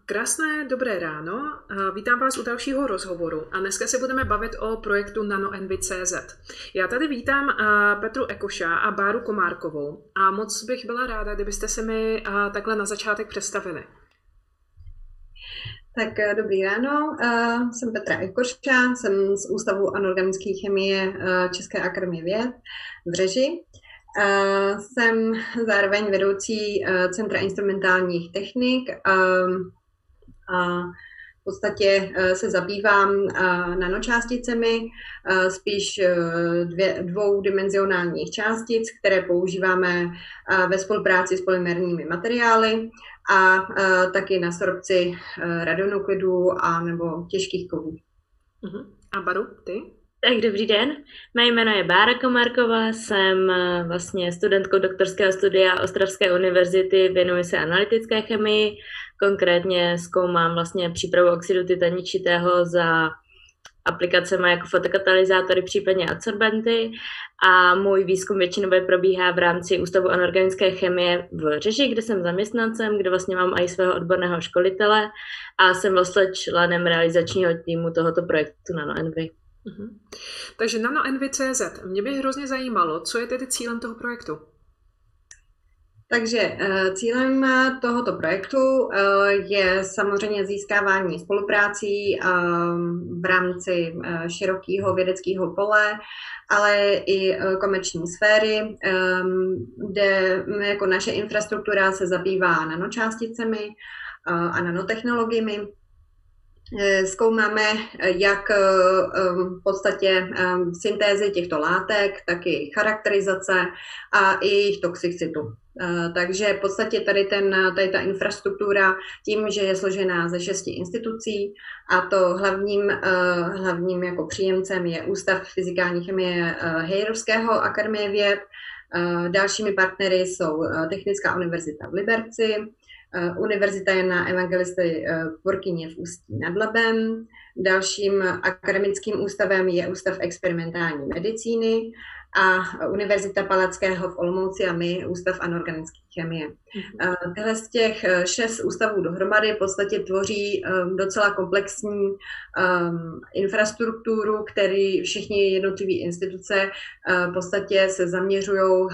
Krásné dobré ráno, vítám vás u dalšího rozhovoru a dneska se budeme bavit o projektu NanoEnvy.cz. Já tady vítám Petru Ekoša a Báru Komárkovou a moc bych byla ráda, kdybyste se mi takhle na začátek představili. Tak dobrý ráno, jsem Petra Ekoša, jsem z Ústavu anorganické chemie České akademie věd v Řeži. Jsem zároveň vedoucí Centra instrumentálních technik a v podstatě se zabývám nanočásticemi, spíš dvoudimenzionálních částic, které používáme ve spolupráci s polymerními materiály a taky na sorpci radionuklidů a nebo těžkých kovů. A Baru, ty? Tak dobrý den, mé jméno je Bára Komárková, jsem vlastně studentkou doktorského studia Ostravské univerzity, věnuji se analytické chemii, konkrétně zkoumám vlastně přípravu oxidu titaničitého za aplikacemi jako fotokatalyzátory, případně adsorbenty a můj výzkum většinově probíhá v rámci Ústavu anorganické chemie v Řeži, kde jsem zaměstnancem, kde vlastně mám i svého odborného školitele a jsem vlastně členem realizačního týmu tohoto projektu NanoEnvy. Takže NanoEnvy.cz. Mě by hrozně zajímalo, co je tedy cílem toho projektu? Takže cílem tohoto projektu je samozřejmě získávání spoluprácí v rámci širokého vědeckého pole, ale i komerční sféry, kde jako naše infrastruktura se zabývá nanočásticemi a nanotechnologiemi. Zkoumáme jak v podstatě syntézy těchto látek, tak i charakterizace a i jejich toxicitu. Takže v podstatě tady ta infrastruktura tím, že je složená ze 6 institucí a to hlavním jako příjemcem je Ústav fyzikální chemie Hejrovského akademie věd. Dalšími partnery jsou Technická univerzita v Liberci, Univerzita Jana Evangelisty Purkyně v Ústí nad Labem. Dalším akademickým ústavem je Ústav experimentální medicíny a Univerzita Palackého v Olomouci a my, Ústav anorganické chemie. Tyhle z těch 6 ústavů dohromady v podstatě tvoří docela komplexní infrastrukturu, který všichni jednotlivé instituce v podstatě se zaměřují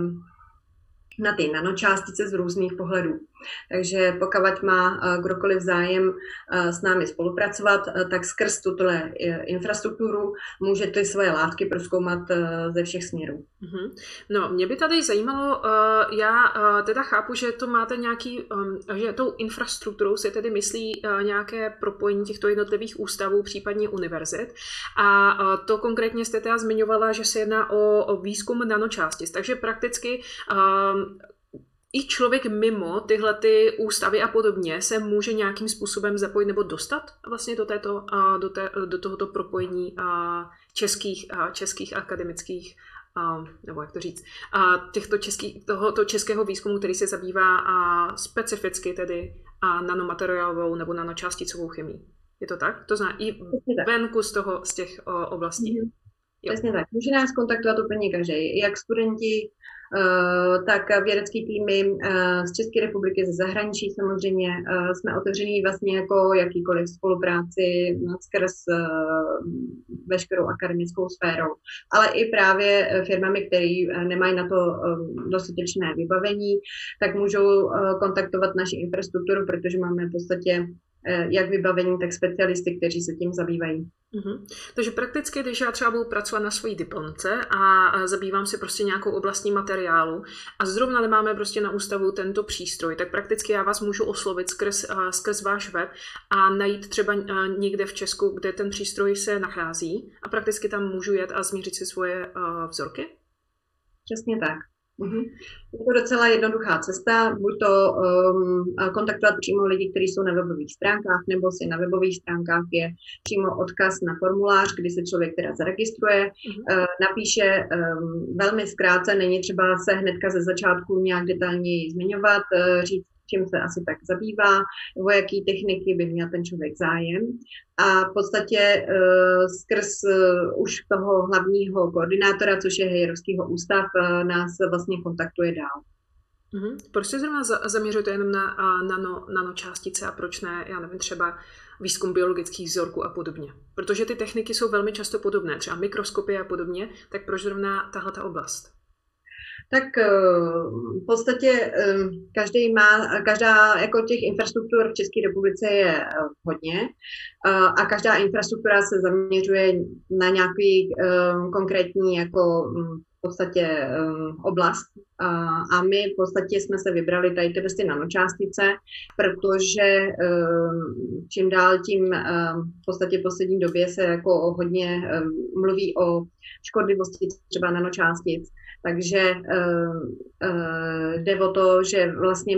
na ty nanočástice z různých pohledů. Takže pokud má kdokoliv zájem s námi spolupracovat, tak skrz tuhle infrastrukturu může ty svoje látky prozkoumat ze všech směrů. No, mě by tady zajímalo, já teda chápu, že to máte nějaký, že tou infrastrukturou se tedy myslí nějaké propojení těchto jednotlivých ústavů, případně univerzit. A to konkrétně jste teda zmiňovala, že se jedná o výzkum nanočástic. Takže prakticky i člověk mimo tyhle ty ústavy a podobně se může nějakým způsobem zapojit nebo dostat vlastně do tohoto propojení českých akademických, nebo jak to říct, tohoto českého výzkumu, který se zabývá specificky tedy nanomateriálovou nebo nanočásticovou chemií. Je to tak? To znamená i venku z těch oblastí. Přesně tak. Může nás kontaktovat úplně každý, jak studenti, tak vědecký týmy z České republiky, ze zahraničí samozřejmě. Jsme otevření vlastně jako jakýkoliv spolupráci skrz veškerou akademickou sférou, ale i právě firmami, které nemají na to dostatečné vybavení, tak můžou kontaktovat naši infrastrukturu, protože máme v podstatě jak vybavení, tak specialisty, kteří se tím zabývají. Takže prakticky, když já třeba budu pracovat na své diplomce a zabývám se prostě nějakou oblastí materiálu a zrovna nemáme prostě na ústavu tento přístroj, tak prakticky já vás můžu oslovit skrz váš web a najít třeba někde v Česku, kde ten přístroj se nachází a prakticky tam můžu jet a změřit si svoje vzorky? Přesně tak. Je to docela jednoduchá cesta, buď to kontaktovat přímo lidi, kteří jsou na webových stránkách, nebo si na webových stránkách je přímo odkaz na formulář, kdy se člověk teda zaregistruje, napíše velmi zkrátce, není třeba se hnedka ze začátku nějak detailněji zmiňovat, říct, čím se asi tak zabývá, o jaký techniky by měl ten člověk zájem. A v podstatě skrz už toho hlavního koordinátora, což je Hejrovskýho ústav, nás vlastně kontaktuje dál. Proč se zrovna zaměřujete jenom na nanočástice a proč ne, já nevím, třeba výzkum biologických vzorků a podobně? Protože ty techniky jsou velmi často podobné, třeba mikroskopie a podobně, tak proč zrovna tahleta oblast? Tak v podstatě každá jako těch infrastruktur v České republice je hodně a každá infrastruktura se zaměřuje na nějaký konkrétní jako v podstatě oblast a my v podstatě jsme se vybrali tady ty nanočástice, protože čím dál tím v podstatě v poslední době se jako hodně mluví o škodlivosti třeba nanočástic. Takže jde o to, že vlastně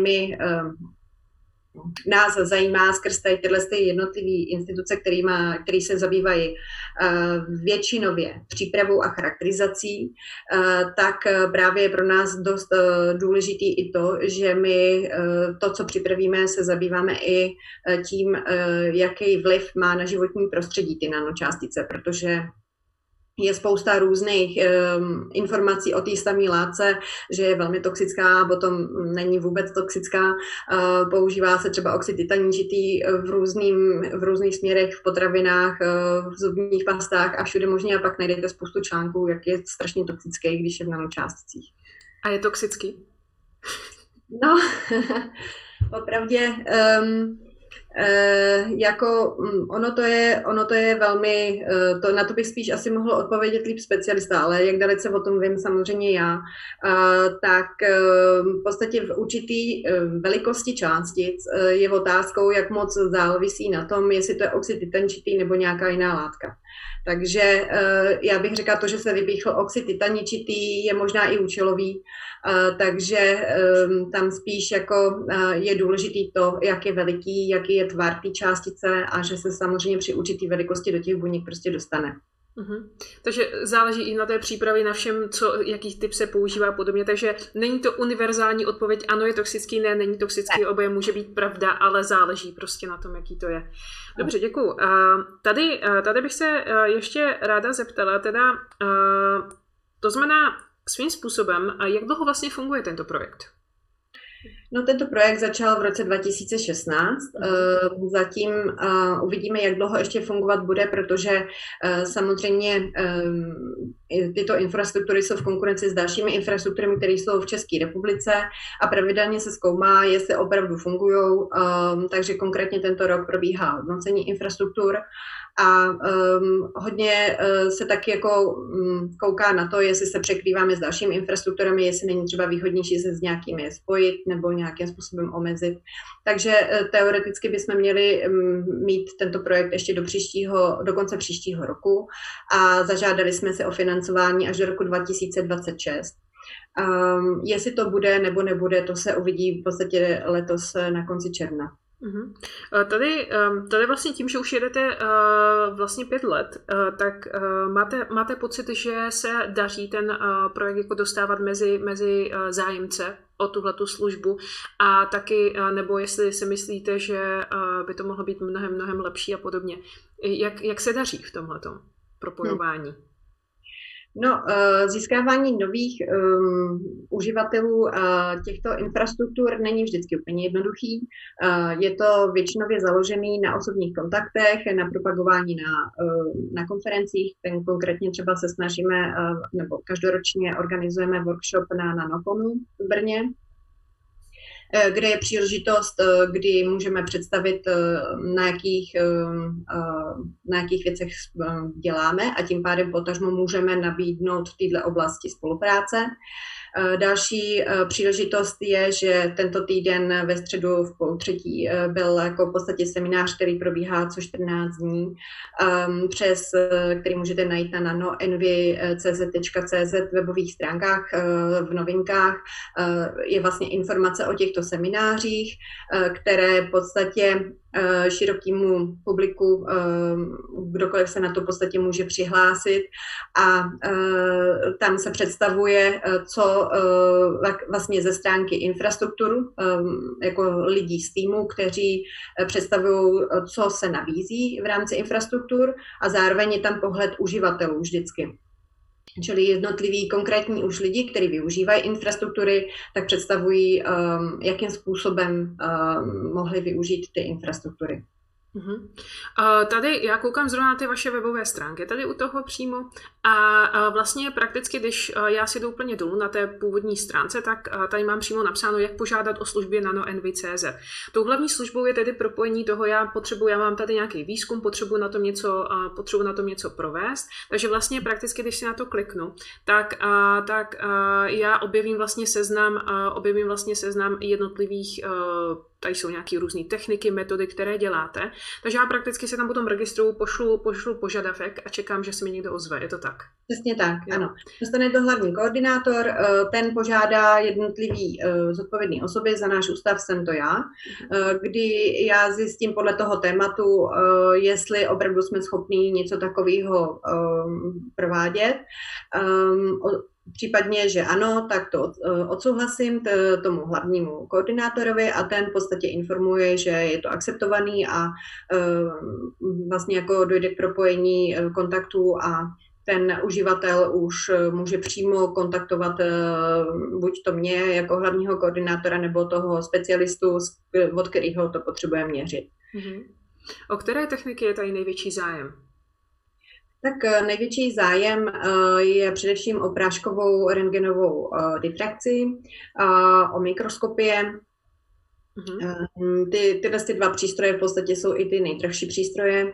nás zajímá skrz tyhle jednotlivé instituce, které se zabývají většinově přípravou a charakterizací, tak právě je pro nás dost důležitý i to, že my to, co připravíme, se zabýváme i tím, jaký vliv má na životní prostředí ty nanočástice, protože je spousta různých informací o té samé látce, že je velmi toxická, potom není vůbec toxická. Používá se třeba oxid titaničitý v různých směrech, v potravinách, v zubních pastách a všude možně a pak najdete spoustu článků, jak je strašně toxický, když je v nanočásticích. A je toxický? No, opravdě... jako ono to je velmi, na to bych spíš asi mohl odpovědět líp specialista, ale jak dalece o tom vím samozřejmě já, tak v podstatě v určitý velikosti částic je otázkou, jak moc závisí na tom, jestli to je oxid titaničitý nebo nějaká jiná látka. Takže já bych řekla to, že se vypíchl oxid titaničitý, je možná i účelový, takže tam spíš jako je důležitý to, jak je veliký, jaký je tvar té částice a že se samozřejmě při určitý velikosti do těch buněk prostě dostane. Takže záleží i na té přípravě, na všem, jaký typ se používá a podobně, takže není to univerzální odpověď, ano, je toxický, ne, není toxický, oboje může být pravda, ale záleží prostě na tom, jaký to je. Dobře, děkuju. Tady bych se ještě ráda zeptala, to znamená svým způsobem, jak dlouho vlastně funguje tento projekt? No, tento projekt začal v roce 2016. Zatím uvidíme, jak dlouho ještě fungovat bude, protože samozřejmě tyto infrastruktury jsou v konkurenci s dalšími infrastrukturami, které jsou v České republice a pravidelně se zkoumá, jestli opravdu fungují. Takže konkrétně tento rok probíhá hodnocení infrastruktur a hodně se taky jako kouká na to, jestli se překrýváme s dalšími infrastrukturami, jestli není třeba výhodnější se s nějakými spojit nebo nějakým způsobem omezit. Takže teoreticky bychom měli mít tento projekt ještě do konce příštího roku a zažádali jsme se o financování až do roku 2026. Jestli to bude nebo nebude, to se uvidí v podstatě letos na konci června. Tady vlastně tím, že už jedete vlastně 5 let, tak máte pocit, že se daří ten projekt jako dostávat mezi zájemce o tuhletu službu a taky, nebo jestli si myslíte, že by to mohlo být mnohem lepší a podobně. Jak se daří v tomhletom propojování? No, získávání nových uživatelů těchto infrastruktur není vždycky úplně jednoduchý. Je to většinově založený na osobních kontaktech, na propagování na konferencích. Konkrétně třeba se snažíme, nebo každoročně organizujeme workshop na Nanoponu v Brně, kde je příležitost, kdy můžeme představit, na jakých věcech děláme a tím pádem potažmo můžeme nabídnout v této oblasti spolupráce. Další příležitost je, že tento týden ve středu v 3:30 byl jako v podstatě seminář, který probíhá co 14 dní, který můžete najít na nanoenvy.cz webových stránkách v novinkách. Je vlastně informace o těchto seminářích, které v podstatě širokému publiku, kdokoliv se na to v podstatě může přihlásit a tam se představuje, co vlastně ze stránky infrastrukturu, jako lidí z týmu, kteří představují, co se nabízí v rámci infrastruktur a zároveň je tam pohled uživatelů vždycky. Čili jednotliví konkrétní už lidi, kteří využívají infrastruktury, tak představují, jakým způsobem mohli využít ty infrastruktury. Tady já koukám zrovna na ty vaše webové stránky, tady u toho přímo a vlastně prakticky, když já si jdu úplně dolů na té původní stránce, tak tady mám přímo napsáno, jak požádat o službě NanoEnvy.cz. Tou hlavní službou je tedy propojení toho, já mám tady nějaký výzkum, potřebuji na tom něco provést, takže vlastně prakticky, když si na to kliknu, tak já objevím vlastně seznam jednotlivých tady jsou nějaké různé techniky, metody, které děláte. Takže já prakticky se tam potom registruju, pošlu požadavek a čekám, že se mi někdo ozve. Je to tak? Přesně tak, jo. Ano. Dostane to hlavní koordinátor, ten požádá jednotlivý zodpovědný osoby, za náš ústav jsem to já, kdy já zjistím podle toho tématu, jestli opravdu jsme schopní něco takového provádět. Případně, že ano, tak to odsouhlasím tomu hlavnímu koordinátorovi a ten v podstatě informuje, že je to akceptovaný a vlastně jako dojde k propojení kontaktů a ten uživatel už může přímo kontaktovat buď to mě jako hlavního koordinátora nebo toho specialistu, od kterého to potřebuje měřit. Mm-hmm. O které techniky je tady největší zájem? Tak největší zájem je především o práškovou rentgenovou difrakci, o mikroskopie. Mm-hmm. Tyhle dva přístroje v podstatě jsou i ty nejdražší přístroje.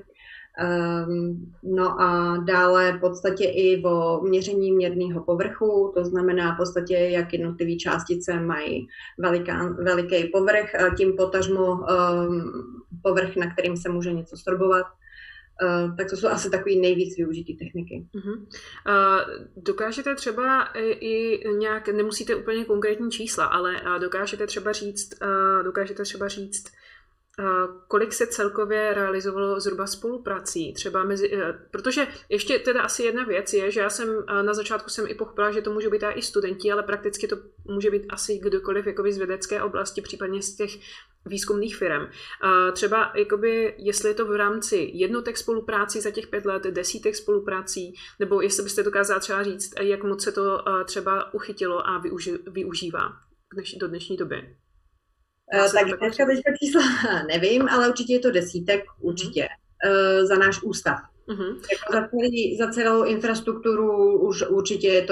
No a dále v podstatě i o měření měrného povrchu, to znamená v podstatě, jak jednotlivé částice mají veliký povrch, tím potažmo povrch, na kterým se může něco sorbovat. Tak to jsou asi takový nejvíc využitý techniky. Uh-huh. Dokážete třeba i nějak, nemusíte úplně konkrétní čísla, ale dokážete třeba říct, kolik se celkově realizovalo zhruba spoluprací, třeba protože ještě teda asi jedna věc je, že já jsem na začátku i pochopila, že to může být i studenti, ale prakticky to může být asi kdokoliv jakoby z vědecké oblasti, případně z těch výzkumných firm. Třeba jakoby, jestli je to v rámci jednotek spoluprácí za těch 5 let, desítek spoluprácí, nebo jestli byste dokázala třeba říct, jak moc se to třeba uchytilo a využívá do dnešní doby. Tak dneska teďka čísla nevím, ale určitě je to desítek, určitě, za náš ústav. Uh-huh. Jako za celou infrastrukturu už určitě je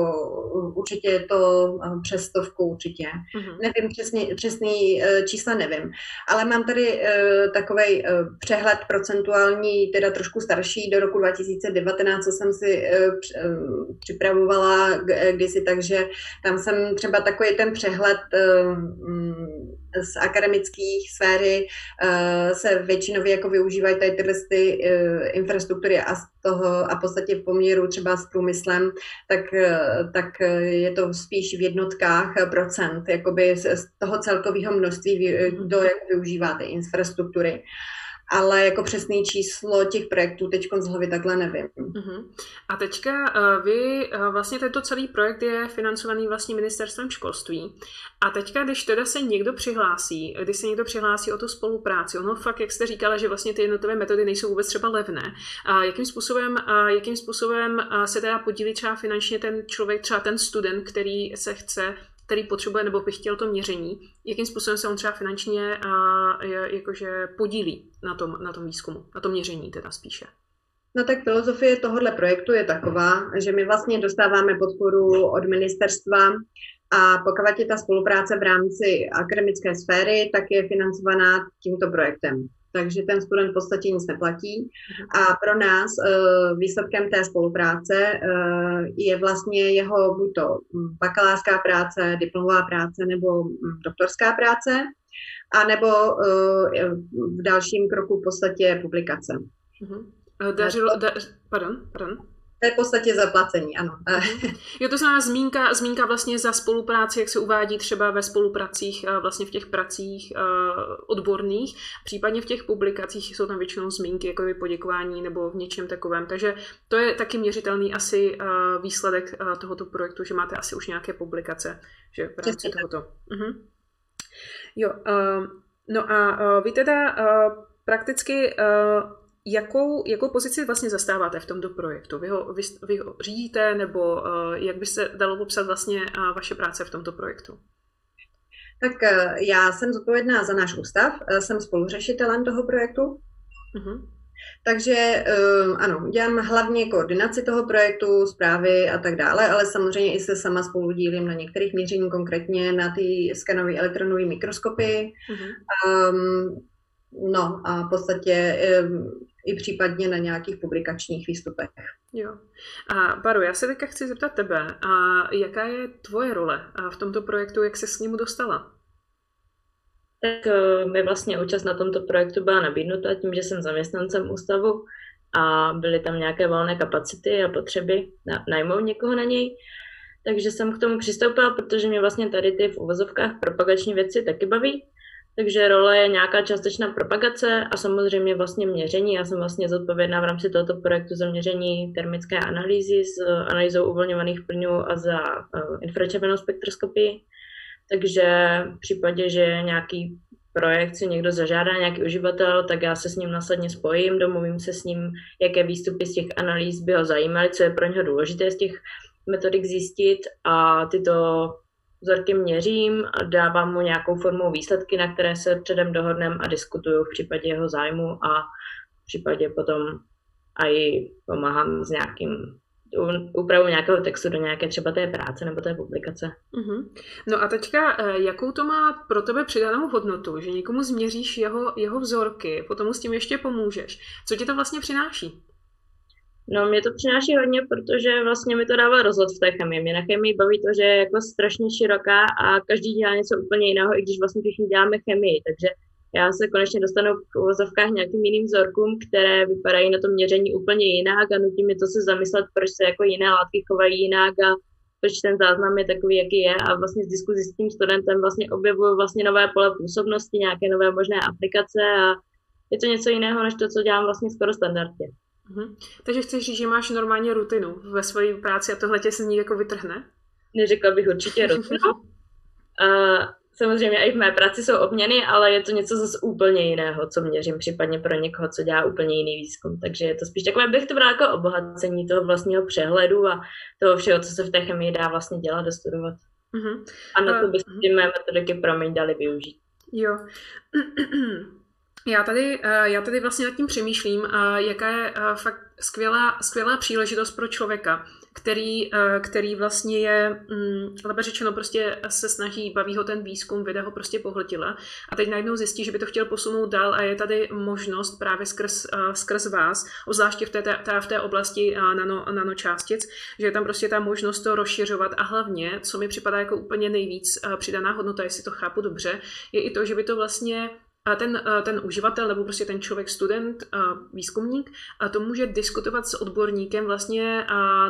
to přes 100, určitě. Uh-huh. Nevím přesný čísla, nevím. Ale mám tady takovej přehled procentuální, teda trošku starší, do roku 2019, co jsem si připravovala kdysi, takže tam jsem třeba takový ten přehled z akademické sféry se většinově jako využívají tady tyhle infrastruktury a v podstatě v poměru třeba s průmyslem, tak je to spíš v jednotkách procent, jakoby z toho celkového množství, kdo využívá ty infrastruktury. Ale jako přesné číslo těch projektů teď z hlavy takhle nevím. Uh-huh. A teďka vy, vlastně tento celý projekt je financovaný vlastně ministerstvem školství. A teďka, když teda se někdo přihlásí o tu spolupráci, ono fakt, jak jste říkala, že vlastně ty jednotlivé metody nejsou vůbec třeba levné. A jakým způsobem se teda podílí třeba finančně ten člověk, třeba ten student, který potřebuje nebo by chtěl to měření, jakým způsobem se on třeba finančně jakože podílí na tom výzkumu, na tom měření teda spíše. No tak filozofie tohohle projektu je taková, že my vlastně dostáváme podporu od ministerstva a pokud je ta spolupráce v rámci akademické sféry, tak je financovaná tímto projektem. Takže ten student v podstatě nic neplatí. A pro nás výsledkem té spolupráce je vlastně jeho buď to bakalářská práce, diplomová práce nebo doktorská práce, anebo v dalším kroku v podstatě publikace. Pardon. To je v podstatě zaplacení, ano. Jo, to znamená zmínka vlastně za spolupráci, jak se uvádí třeba ve spolupracích, vlastně v těch pracích odborných, případně v těch publikacích jsou tam většinou zmínky, jako poděkování nebo v něčem takovém. Takže to je taky měřitelný asi výsledek tohoto projektu, že máte asi už nějaké publikace, že v rámci tohoto. Uh-huh. Jo, no a vy teda prakticky jakou pozici vlastně zastáváte v tomto projektu? Vy ho řídíte, nebo jak by se dalo popsat vlastně vaše práce v tomto projektu? Tak já jsem zodpovědná za náš ústav, jsem spoluřešitelem toho projektu. Uh-huh. Takže ano, dělám hlavně koordinaci toho projektu, zprávy a tak dále, ale samozřejmě i se sama spoludílím na některých měření, konkrétně na ty skanové elektronové mikroskopy. Uh-huh. No a v podstatě i případně na nějakých publikačních výstupech. Jo. A Baru, já se teďka chci zeptat tebe, jaká je tvoje role v tomto projektu, jak se s ním dostala? Tak mi vlastně účast na tomto projektu byla nabídnuta tím, že jsem zaměstnancem ústavu a byly tam nějaké volné kapacity a potřeby najmout někoho na něj. Takže jsem k tomu přistoupila, protože mě vlastně tady ty v uvozovkách propagační věci taky baví. Takže role je nějaká částečná propagace a samozřejmě vlastně měření. Já jsem vlastně zodpovědná v rámci tohoto projektu za měření termické analýzy s analýzou uvolňovaných plynů a za infračervenou spektroskopii. Takže v případě, že nějaký projekt si někdo zažádá, nějaký uživatel, tak já se s ním následně spojím, domluvím se s ním, jaké výstupy z těch analýz by ho zajímaly, co je pro něho důležité z těch metodik zjistit a tyto vzorky měřím a dávám mu nějakou formou výsledky, na které se předem dohodneme a diskutuju v případě jeho zájmu a v případě potom i pomáhám s nějakým úpravou nějakého textu do nějaké třeba té práce nebo té publikace. Uh-huh. No a teďka, jakou to má pro tebe přidanou hodnotu, že někomu změříš jeho vzorky, potom mu s tím ještě pomůžeš. Co ti to vlastně přináší? No, mě to přináší hodně, protože vlastně mi to dává rozhled v té chemii. Mě na chemii baví to, že je jako strašně široká a každý dělá něco úplně jiného, i když vlastně všichni děláme chemii. Takže já se konečně dostanu v uvozovkách nějakým jiným vzorkům, které vypadají na tom měření úplně jinak a nutí mi to se zamyslet, proč se jako jiné látky chovají jinak a proč ten záznam je takový, jaký je a vlastně z diskuzí s tím studentem vlastně objevuju vlastně nové pole působnosti, nějaké nové možné aplikace a je to něco jiného, než to, co dělám vlastně skoro standardně. Takže chceš říct, že máš normálně rutinu ve své práci a tohle tě se z ní jako vytrhne? Neřekla bych určitě rutinu. Samozřejmě i v mé práci jsou obměny, ale je to něco zase úplně jiného, co měřím, případně pro někoho, co dělá úplně jiný výzkum. Takže je to spíš takové, bych to brala jako obohacení toho vlastního přehledu a toho všeho, co se v té chemii dá vlastně dělat, dostudovat. A na to by se ty mé metodiky pro mě dali využít. Jo. Já tady vlastně nad tím přemýšlím, jaká je fakt skvělá příležitost pro člověka, který vlastně je, lépe řečeno, prostě se snaží, baví ho ten výzkum, věda ho prostě pohltila a teď najednou zjistí, že by to chtěl posunout dál a je tady možnost právě skrz vás, obzvláště v té oblasti nanočástic, že je tam prostě ta možnost to rozšiřovat a hlavně, co mi připadá jako úplně nejvíc přidaná hodnota, jestli to chápu dobře, je i to, že by to vlastně ten uživatel nebo prostě ten člověk, student, výzkumník, to může diskutovat s odborníkem vlastně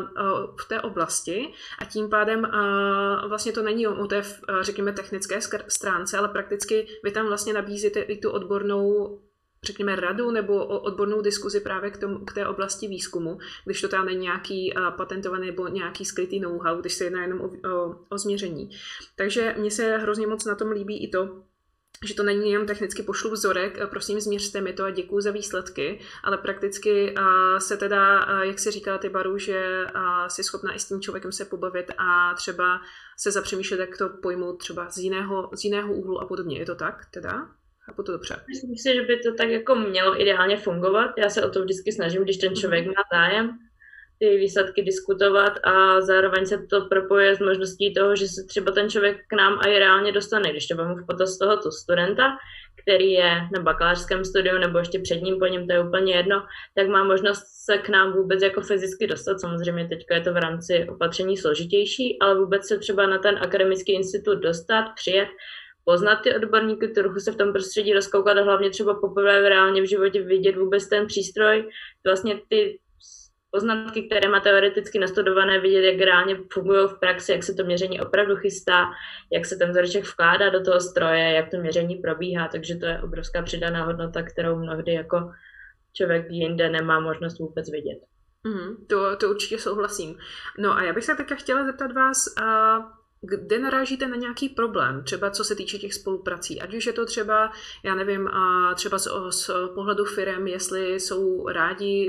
v té oblasti a tím pádem vlastně to není o té, řekněme, technické stránce, ale prakticky vy tam vlastně nabízíte i tu odbornou, řekněme, radu nebo odbornou diskuzi právě k té oblasti výzkumu, když to tam není nějaký patentovaný nebo nějaký skrytý know-how, když se jedná jenom o změření. Takže mně se hrozně moc na tom líbí i to, že to není jen technicky pošlu vzorek, prosím změřte mi to a děkuju za výsledky, ale prakticky se teda, jak si říkala ty Baru, že jsi schopná i s tím člověkem se pobavit a třeba se zapřemýšlet, jak to pojmout třeba z jiného úhlu a podobně. Je to tak teda? Chápu to dobře. Myslím si, že by to tak jako mělo ideálně fungovat. Já se o to vždycky snažím, když ten člověk má zájem ty výsledky diskutovat a zároveň se to propoje s možností toho, že se třeba ten člověk k nám i reálně dostane, když to vemu v potaz tohoto studenta, který je na bakalářském studiu nebo ještě před ním, po něm, to je úplně jedno, tak má možnost se k nám vůbec jako fyzicky dostat. Samozřejmě teďka je to v rámci opatření složitější, ale vůbec se třeba na ten akademický institut dostat, přijet, poznat ty odborníky, trochu se v tom prostředí rozkoukat a hlavně třeba poprvé reálně v životě vidět vůbec ten přístroj, vlastně ty poznatky, které má teoreticky nastudované, vidět, jak reálně fungují v praxi, jak se to měření opravdu chystá, jak se ten vzoreček vkládá do toho stroje, jak to měření probíhá, takže to je obrovská přidaná hodnota, kterou mnohdy jako člověk jinde nemá možnost vůbec vidět. To určitě souhlasím. No a já bych se teďka chtěla zeptat vás, kde narážíte na nějaký problém, třeba co se týče těch spoluprací, ať už je to třeba, já nevím, třeba z pohledu firem, jestli jsou rádi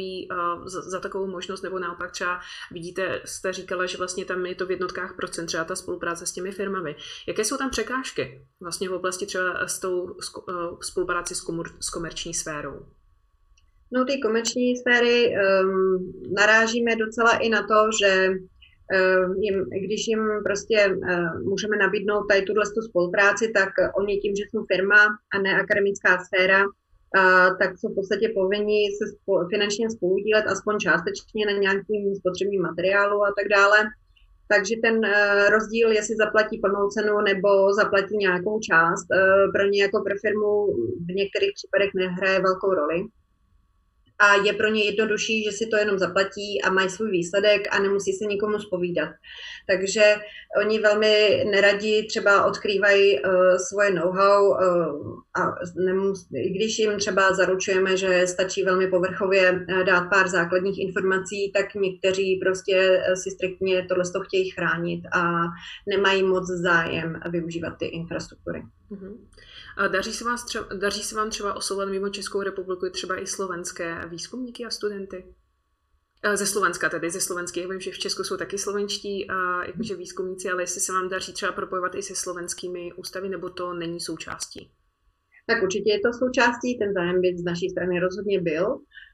za takovou možnost, nebo naopak třeba vidíte, jste říkala, že vlastně tam je to v jednotkách procent, třeba ta spolupráce s těmi firmami. Jaké jsou tam překážky vlastně v oblasti třeba s tou spolupráci s komerční sférou? No, ty komerční sféry narážíme docela i na to, že když jim prostě můžeme nabídnout tady tuhle spolupráci, tak oni tím, že jsou firma a ne akademická sféra, tak jsou v podstatě povinni se finančně spoludílet aspoň částečně na nějakým spotřebním materiálu a tak dále. Takže ten rozdíl, jestli zaplatí plnou cenu nebo zaplatí nějakou část, pro ně jako pro firmu v některých případech nehraje velkou roli. A je pro ně jednodušší, že si to jenom zaplatí a mají svůj výsledek a nemusí se nikomu zpovídat. Takže oni velmi neradi třeba odkrývají svoje know-how a i když jim třeba zaručujeme, že stačí velmi povrchově dát pár základních informací, tak někteří prostě si striktně tohle chtějí chránit a nemají moc zájem využívat ty infrastruktury. Mm-hmm. Daří se vám třeba oslovovat mimo Českou republiku třeba i slovenské výzkumníky a studenty? Ze Slovenska tedy, ze slovenských. Vím, že v Česku jsou taky slovenští jakože výzkumníci, ale jestli se vám daří třeba propojovat i se slovenskými ústavy, nebo to není součástí? Tak určitě je to součástí, ten zájem by z naší strany rozhodně byl.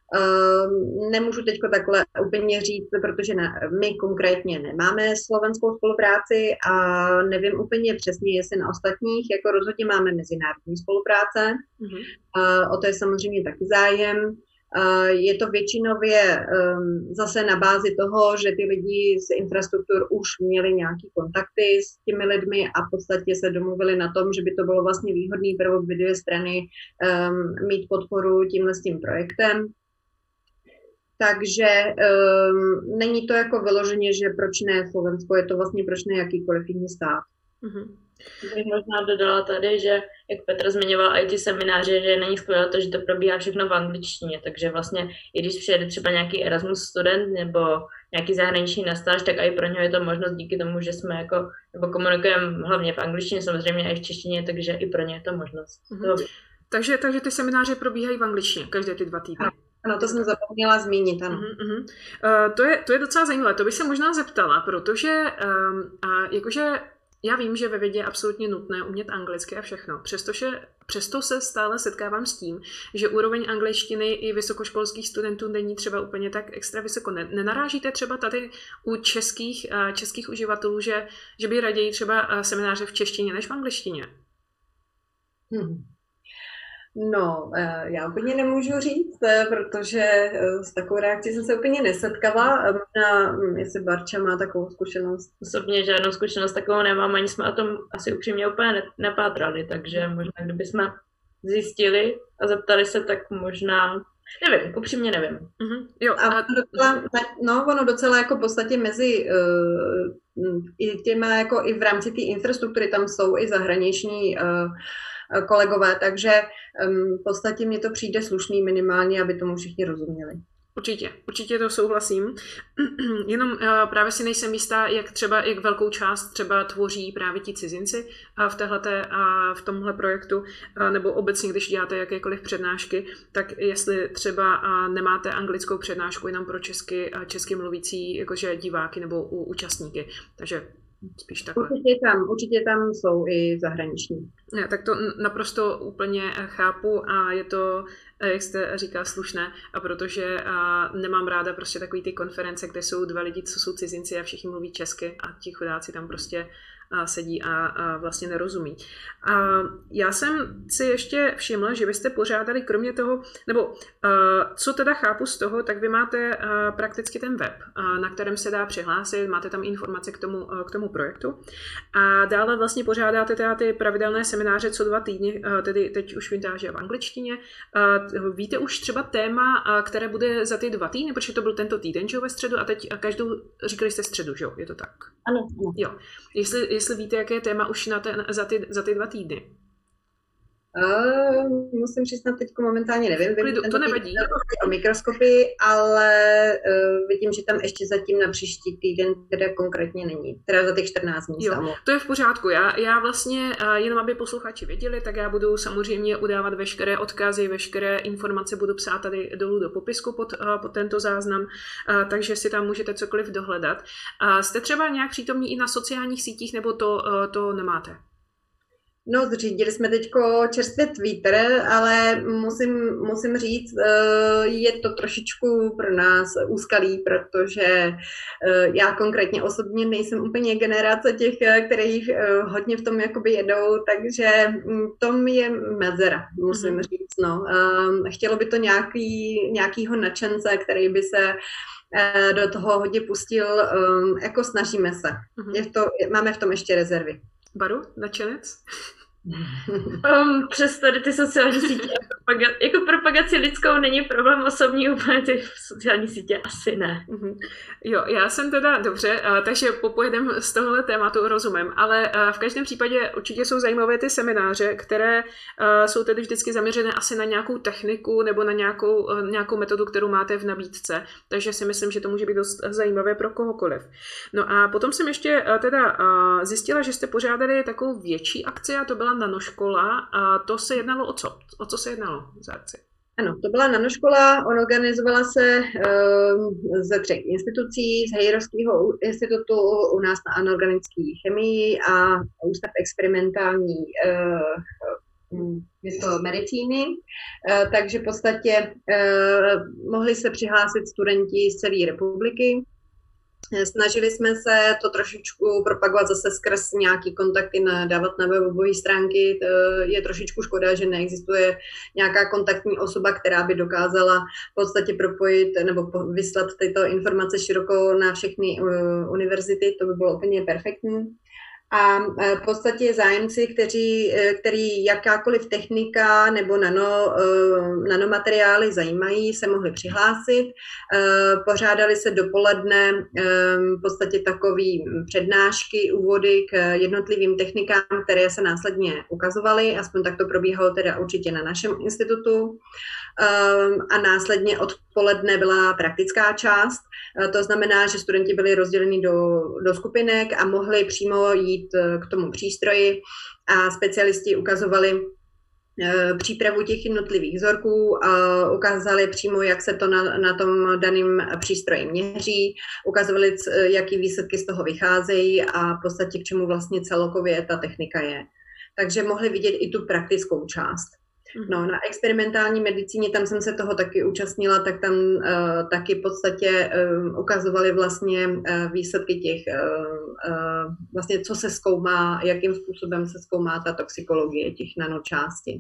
Nemůžu teď takhle úplně říct, protože my konkrétně nemáme slovenskou spolupráci a nevím úplně přesně, jestli na ostatních, jako rozhodně máme mezinárodní spolupráce. Mm-hmm. O to je samozřejmě taky zájem. Je to většinově zase na bázi toho, že ty lidi z infrastruktur už měli nějaké kontakty s těmi lidmi a v podstatě se domluvili na tom, že by to bylo vlastně výhodné pro obě dvě strany mít podporu tímhle s tím projektem. Takže není to jako vyloženě, že proč ne Slovensko, je to vlastně proč ne jakýkoliv jiný stát. Mm-hmm. Bych možná dodala tady, že jak Petr zmiňoval i ty semináře, že není skvělé to, že to probíhá všechno v angličtině, takže vlastně i když přijede třeba nějaký Erasmus student nebo nějaký zahraniční na stáž, tak i pro něho je to možnost díky tomu, že jsme nebo komunikujeme hlavně v angličtině, samozřejmě i v češtině, takže i pro ně je to možnost. Mm-hmm. Takže ty semináře probíhají v angličtině každé ty 2 týdny. Ano, to jsem zapomněla zmínit, ano. To je docela zajímavé, to bych se možná zeptala, protože jakože já vím, že ve vědě je absolutně nutné umět anglicky a všechno, přesto se stále setkávám s tím, že úroveň angličtiny i vysokoškolských studentů není třeba úplně tak extra vysoko. Nenarážíte třeba tady u českých uživatelů, že by raději třeba semináře v češtině než v angličtině? No, já úplně nemůžu říct, protože s takovou reakcí jsem se úplně nesetkala. Možná, jestli Barča má takovou zkušenost. Osobně žádnou zkušenost takovou nemám, ani jsme o tom asi upřímně úplně nepátrali, takže možná kdyby jsme zjistili a zeptali se, tak možná, nevím, upřímně nevím. Mm-hmm. Jo, ono docela jako v podstatě mezi i těma, jako i v rámci té infrastruktury tam jsou i zahraniční kolegové, takže v podstatě mně to přijde slušný minimálně, aby tomu všichni rozuměli. Určitě to souhlasím. Jenom právě si nejsem jistá, jak velkou část třeba tvoří právě ti cizinci v tomhle projektu, nebo obecně, když děláte jakékoliv přednášky, tak jestli třeba nemáte anglickou přednášku jenom pro česky mluvící jakože diváky nebo účastníky. Takže spíš takhle. Určitě tam jsou i zahraniční. Ne, tak to naprosto úplně chápu a je to, jak jste říká, slušné, a protože nemám ráda prostě takový ty konference, kde jsou 2 lidi, co jsou cizinci a všichni mluví česky a ti chudáci tam prostě sedí a vlastně nerozumí. A já jsem si ještě všimla, že byste pořádali kromě toho, nebo co teda chápu z toho, tak vy máte prakticky ten web, na kterém se dá přihlásit, máte tam informace k tomu projektu a dále vlastně pořádáte teda ty pravidelné semináře co 2 týdny, tedy teď už vím, že v angličtině. Víte už třeba téma, které bude za ty 2 týdny, protože to byl tento týden, že jo, ve středu a teď říkali jste středu, že jo, je to tak? Ano. Jo. Jestli víte, jaké je téma už za ty 2 týdny? Musím přiznat, teď momentálně nevím. To nevadí. O mikroskopii, ale vidím, že tam ještě zatím na příští týden teda konkrétně není. Teda za těch 14 dní. To je v pořádku. Já vlastně, jenom aby posluchači věděli, tak já budu samozřejmě udávat veškeré odkazy, veškeré informace budu psát tady dolů do popisku pod tento záznam, takže si tam můžete cokoliv dohledat. Jste třeba nějak přítomní i na sociálních sítích, nebo to nemáte? No, zřídili jsme teďko čerstvě Twitter, ale musím říct, je to trošičku pro nás úskalý, protože já konkrétně osobně nejsem úplně generace těch, kterých hodně v tom jakoby jedou, takže tom je mezera, musím říct. No. Chtělo by to nějakýho nadšence, který by se do toho hodně pustil, jako snažíme se. Máme v tom ještě rezervy. Baru, nadšenec? Přes tady ty sociální sítě. Jako propagaci lidskou není problém osobní, úplně ty sociální sítě asi ne. Jo, já jsem teda, dobře, takže popojedem z tohohle tématu, rozumím, ale v každém případě určitě jsou zajímavé ty semináře, které jsou tedy vždycky zaměřené asi na nějakou techniku nebo na nějakou metodu, kterou máte v nabídce, takže si myslím, že to může být dost zajímavé pro kohokoliv. No a potom jsem ještě teda zjistila, že jste pořádali takovou větší akci a to byla nanoškola a to se jednalo o co? O co se jednalo za akci? Ano, to byla nanoškola, organizovala se ze 3 institucí, z Hejrovského institutu, u nás na anorganické chemii a Ústav experimentální je to medicíny, takže v podstatě mohli se přihlásit studenti z celé republiky. Snažili jsme se to trošičku propagovat zase skrz nějaký kontakty, dávat na webové stránky. Je trošičku škoda, že neexistuje nějaká kontaktní osoba, která by dokázala v podstatě propojit nebo vyslat tyto informace široko na všechny univerzity. To by bylo úplně perfektní. A v podstatě zájemci, který jakákoliv technika nebo nanomateriály zajímají, se mohli přihlásit. Pořádali se dopoledne v podstatě takový přednášky, úvody k jednotlivým technikám, které se následně ukazovaly. Aspoň tak to probíhalo teda určitě na našem institutu. A následně odpoledne byla praktická část. To znamená, že studenti byli rozděleni do skupinek a mohli přímo jít k tomu přístroji a specialisti ukazovali přípravu těch jednotlivých vzorků, ukázali přímo, jak se to na tom daném přístroji měří, ukazovali, jaký výsledky z toho vycházejí a v podstatě k čemu vlastně celkově ta technika je. Takže mohli vidět i tu praktickou část. No, na experimentální medicíně, tam jsem se toho taky účastnila, tak tam taky v podstatě ukazovali vlastně výsledky těch, vlastně co se zkoumá, jakým způsobem se zkoumá ta toxikologie těch nanočástic.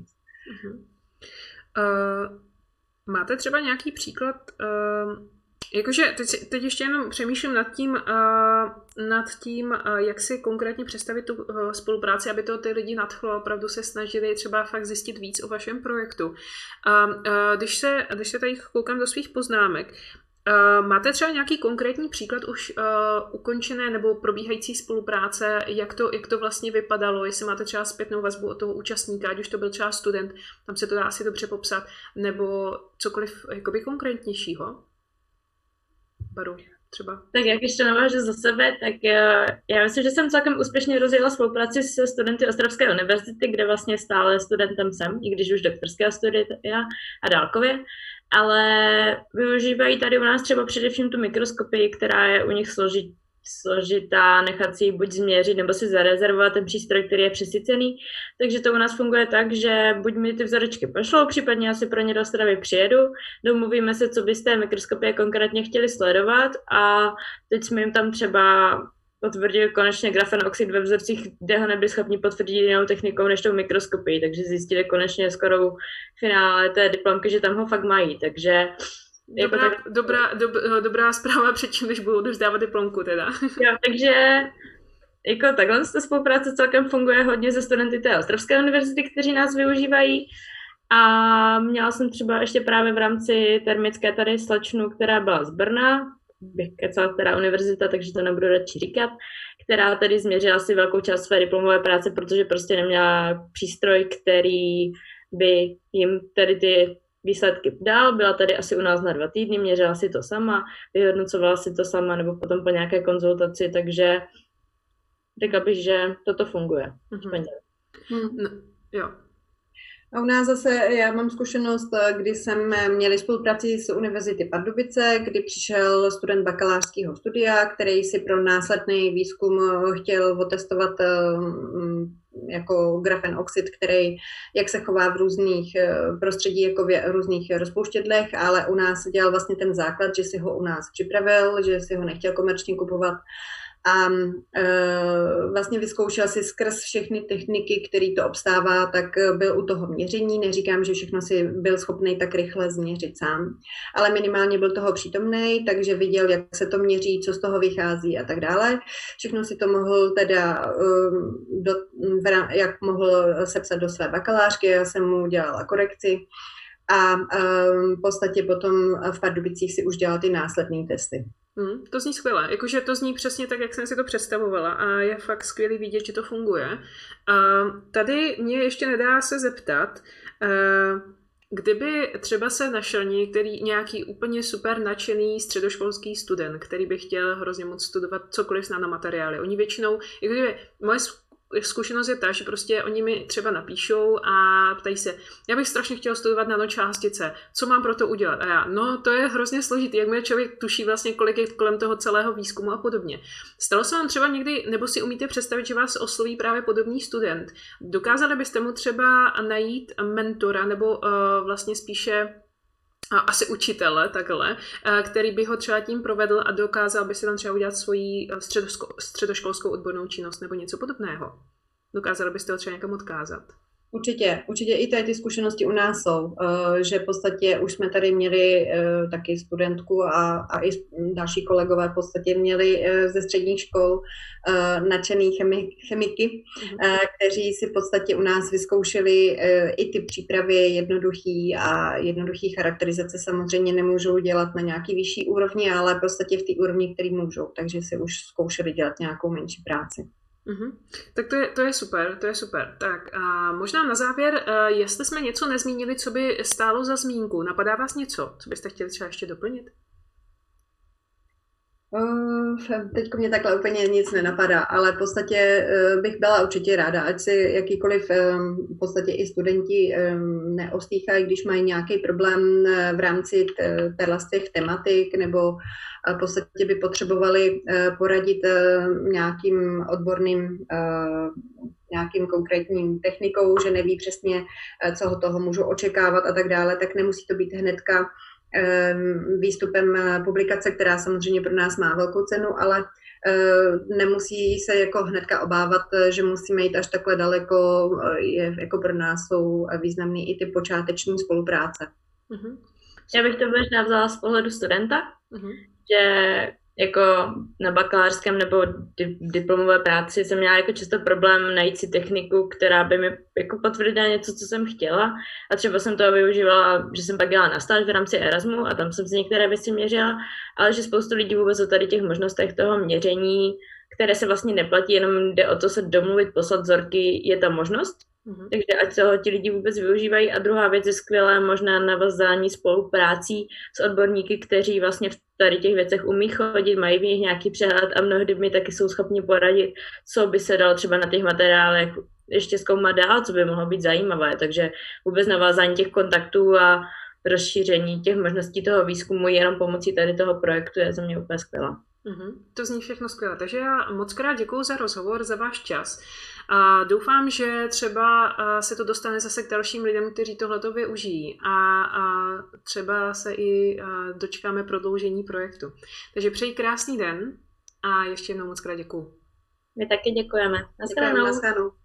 Máte třeba nějaký příklad, jakože teď ještě jenom přemýšlím nad tím, jak si konkrétně představit tu spolupráci, aby to ty lidi nadchlo, opravdu se snažili třeba fakt zjistit víc o vašem projektu. Když se tady koukám do svých poznámek, máte třeba nějaký konkrétní příklad už ukončené nebo probíhající spolupráce, jak to vlastně vypadalo, jestli máte třeba zpětnou vazbu od toho účastníka, ať už to byl třeba student, tam se to dá asi dobře popsat, nebo cokoliv jakoby konkrétnějšího? Baru, třeba. Tak jak ještě navážu za sebe, tak já myslím, že jsem celkem úspěšně rozjela spolupráci se studenty Ostravské univerzity, kde vlastně stále studentem jsem, i když už doktorského studia a dálkově, ale využívají tady u nás třeba především tu mikroskopii, která je u nich složitá, nechat si ji buď změřit, nebo si zarezervovat ten přístroj, který je přesycený. Takže to u nás funguje tak, že buď mi ty vzorečky pošlou, případně já si pro ně do Ostravy přijedu, domluvíme se, co by z té mikroskopie konkrétně chtěli sledovat a teď jsme jim tam třeba potvrdili konečně grafenoxid ve vzorcích, kde ho nebyli schopni potvrdit jinou technikou než tou mikroskopií, takže zjistili konečně skoro v finále té diplomky, že tam ho fakt mají, takže Dobrá zpráva předtím, než budou odevzdávat diplomku teda. Jo, takže jako takhle ta spolupráce celkem funguje hodně ze studenty té Ostravské univerzity, kteří nás využívají. A měla jsem třeba ještě právě v rámci termické tady slečnu, která byla z Brna bych kecala, která univerzita, takže to nebudu radši říkat, která tedy změřila si velkou část své diplomové práce, protože prostě neměla přístroj, který by jim tady ty výsledky dal. Byla tady asi u nás na 2 týdny, měřila si to sama, vyhodnocovala si to sama, nebo potom po nějaké konzultaci, takže řekla bych, že toto funguje. No, jo. A u nás zase, já mám zkušenost, kdy jsme měli spolupráci s Univerzity Pardubice, kdy přišel student bakalářského studia, který si pro následný výzkum chtěl otestovat jako grafen oxid, který jak se chová v různých prostředí, jako v různých rozpouštědlech, ale u nás dělal vlastně ten základ, že si ho u nás připravil, že si ho nechtěl komerčně kupovat. A vlastně vyzkoušel si skrz všechny techniky, který to obstává, tak byl u toho měření. Neříkám, že všechno si byl schopný tak rychle změřit sám, ale minimálně byl toho přítomný, takže viděl, jak se to měří, co z toho vychází a tak dále. Všechno si to mohl teda, jak mohl sepsat do své bakalářky, já jsem mu dělala korekci a v podstatě potom v Pardubicích si už dělal ty následné testy. To zní skvěle, jakože to zní přesně tak, jak jsem si to představovala a je fakt skvělý vidět, že to funguje. Tady mě ještě nedá se zeptat, kdyby třeba se našel nějaký úplně super nadšený středoškolský student, který by chtěl hrozně moc studovat cokoliv s nanomateriály. Oni většinou, moje zkušenost je ta, že prostě oni mi třeba napíšou a ptají se, já bych strašně chtěl studovat nanočástice, co mám pro to udělat? A já, no to je hrozně složitý, jakmile člověk tuší vlastně, kolik je kolem toho celého výzkumu a podobně. Stalo se vám třeba někdy, nebo si umíte představit, že vás osloví právě podobný student? Dokázali byste mu třeba najít mentora, nebo vlastně spíše asi učitele, takhle, který by ho třeba tím provedl a dokázal by si tam třeba udělat svoji středoškolskou odbornou činnost nebo něco podobného. Dokázali byste ho třeba někam odkázat? Určitě i tady ty zkušenosti u nás jsou, že v podstatě už jsme tady měli taky studentku a i další kolegové v podstatě měli ze středních škol nadšený chemiky, kteří si v podstatě u nás vyzkoušeli i ty přípravy jednoduchý charakterizace samozřejmě nemůžou dělat na nějaký vyšší úrovni, ale v podstatě v té úrovni, který můžou, takže si už zkoušeli dělat nějakou menší práci. Tak to je super. Tak a možná na závěr, jestli jsme něco nezmínili, co by stálo za zmínku, napadá vás něco, co byste chtěli třeba ještě doplnit? Teďko mě takhle úplně nic nenapadá, ale v podstatě bych byla určitě ráda, ať si jakýkoliv v podstatě i studenti neostýchají, když mají nějaký problém v rámci těch tematik nebo v podstatě by potřebovali poradit nějakým odborným nějakým konkrétním technikou, že neví přesně, co od toho můžou očekávat a tak dále, tak nemusí to být hnedka výstupem publikace, která samozřejmě pro nás má velkou cenu, ale nemusí se jako hnedka obávat, že musíme jít až takhle daleko, jako pro nás jsou významný i ty počáteční spolupráce. Já bych to možná vzala z pohledu studenta, že jako na bakalářském nebo diplomové práci jsem měla jako často problém najít si techniku, která by mi jako potvrdila něco, co jsem chtěla a třeba jsem to využívala, že jsem pak dělala na stáž v rámci Erasmu a tam jsem si některé věci měřila, ale že spoustu lidí vůbec o tady těch možnostech toho měření, které se vlastně neplatí, jenom jde o to se domluvit, poslat vzorky, je ta možnost. Takže ať toho ti lidi vůbec využívají. A druhá věc je skvělé možná navazání spoluprácí s odborníky, kteří vlastně v tady těch věcech umí chodit, mají v nich nějaký přehled a mnohdy mi taky jsou schopni poradit, co by se dalo třeba na těch materiálech ještě zkoumat dál, co by mohlo být zajímavé. Takže vůbec navázání těch kontaktů a rozšíření těch možností toho výzkumu jenom pomocí tady toho projektu je za mě úplně skvělá. To zní všechno skvěle. Takže já moc krát děkuju za rozhovor, za váš čas. A doufám, že třeba se to dostane zase k dalším lidem, kteří tohleto využijí a třeba se i dočkáme prodloužení projektu. Takže přeji krásný den a ještě jednou moc krát děkuju. My taky děkujeme. Naschledanou.